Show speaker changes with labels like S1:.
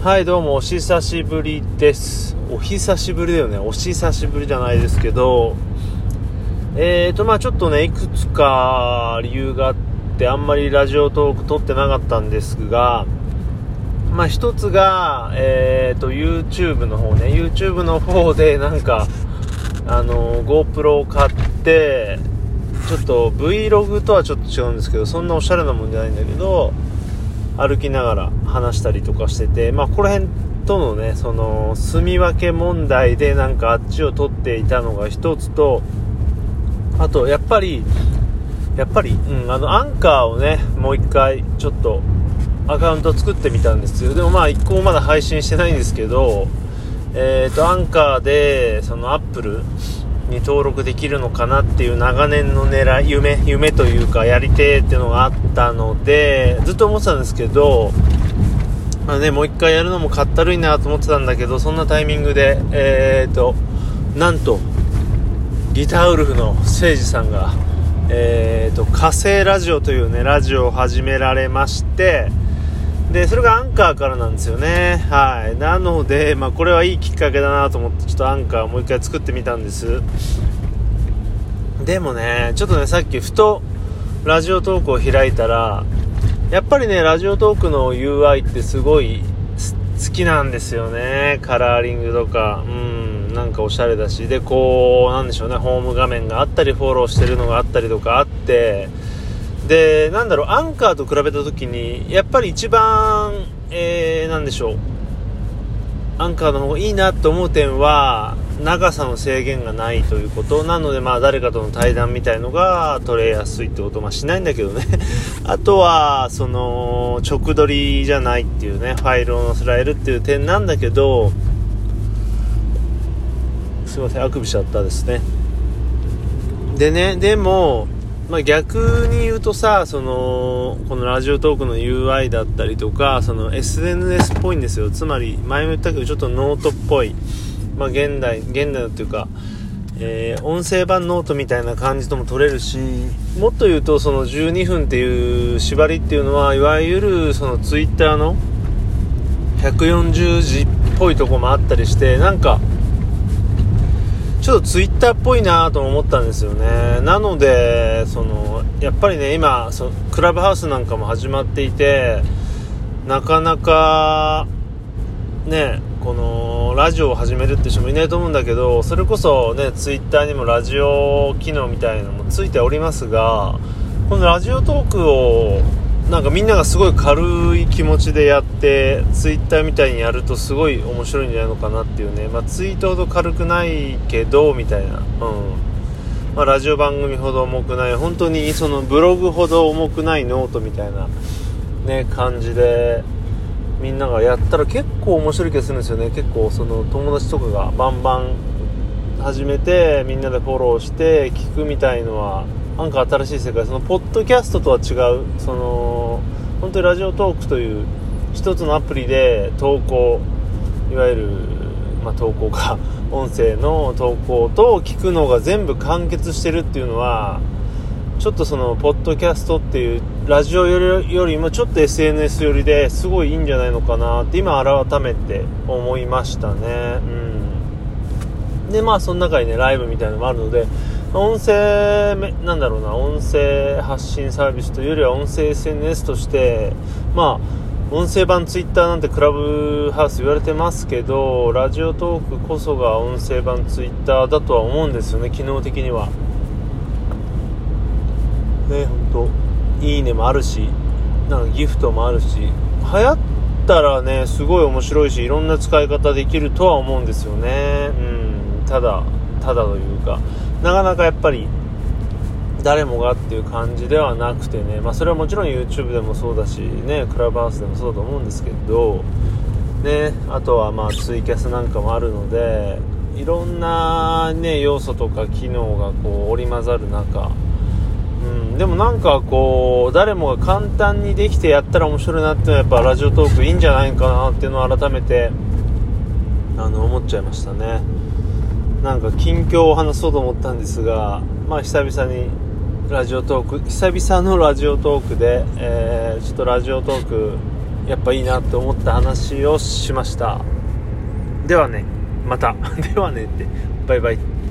S1: はいどうもお久しぶりです。お久しぶりだよね。お久しぶりじゃないですけどちょっとねいくつか理由があってあんまりラジオトーク撮ってなかったんですが、一つがYouTube の方ね YouTube の方でなんかGoPro を買ってちょっと Vlog とはちょっと違うんですけど、そんなおしゃれなもんじゃないんだけど歩きながら話したりとかしてて、ここら辺とのねその住み分け問題でなんかあっちを取っていたのが一つと、あとやっぱりアンカーをねもう一回ちょっとアカウント作ってみたんですよ。でも一個もまだ配信してないんですけど、アンカーでそのアップルに登録できるのかなっていう長年の狙い夢というかやりてーっていうのがあったのでずっと思ってたんですけど、もう一回やるのもかったるいなと思ってたんだけど、そんなタイミングでなんとギターウルフのせいじさんが火星ラジオというねラジオを始められまして、でそれがアンカーからなんですよね。はいなのでこれはいいきっかけだなと思ってちょっとアンカーもう一回作ってみたんです。でもねちょっとねさっきふとラジオトークを開いたらやっぱりねラジオトークの UI ってすごい好きなんですよね。カラーリングとかなんかおしゃれだし、でこうなんでしょうね、ホーム画面があったりフォローしてるのがあったりとかあって、でアンカーと比べた時にやっぱり一番なんでしょう、アンカーの方がいいなと思う点は長さの制限がないということなので、誰かとの対談みたいのが取れやすいってこと、しないんだけどねあとはその直撮りじゃないっていうね、ファイルを載せられるっていう点なんだけど、すいませんあくびしちゃったですね。でも逆に言うとさ、このラジオトークの UI だったりとかその SNS っぽいんですよ。つまり前も言ったけどちょっとノートっぽい、現代のっていうか、音声版ノートみたいな感じとも取れるし、もっと言うとその12分っていう縛りっていうのはいわゆるそのツイッターの140字っぽいとこもあったりして、なんかちょっとツイッターっぽいなと思ったんですよね。なのでやっぱりね今クラブハウスなんかも始まっていて、なかなかねこのラジオを始めるって人もいないと思うんだけど、それこそねツイッターにもラジオ機能みたいなのもついておりますが、このラジオトークをなんかみんながすごい軽い気持ちでやってツイッターみたいにやるとすごい面白いんじゃないのかなっていうね、ツイートほど軽くないけどみたいな、ラジオ番組ほど重くない、本当にそのブログほど重くないノートみたいなね感じでみんながやったら結構面白い気がするんですよね。結構その友達とかがバンバン始めてみんなでフォローして聞くみたいのはなんか新しい世界、そのポッドキャストとは違う、その本当にラジオトークという一つのアプリで投稿、いわゆる投稿か音声の投稿と聞くのが全部完結してるっていうのはちょっとそのポッドキャストっていうラジオよりもちょっと SNS 寄りですごいいいんじゃないのかなって今改めて思いましたね。でその中にねライブみたいなのもあるので、音声音声発信サービスというよりは音声 SNS として音声版ツイッターなんてクラブハウス言われてますけど、ラジオトークこそが音声版ツイッターだとは思うんですよね、機能的にはね。本当いいねもあるし、なんかギフトもあるし、流行ったらねすごい面白いしいろんな使い方できるとは思うんですよね。ただというかなかなかやっぱり誰もがっていう感じではなくてね、それはもちろん YouTube でもそうだしね、クラブハウスでもそうだと思うんですけどね、あとはツイキャスなんかもあるのでいろんなね要素とか機能がこう織り交ざる中、でもなんかこう誰もが簡単にできてやったら面白いなっていうのはやっぱラジオトークいいんじゃないかなっていうのを改めて思っちゃいましたね。なんか近況を話そうと思ったんですが、久々に久々のラジオトークで、ちょっとラジオトークやっぱいいなって思った話をしました。ではねまたではねってバイバイ。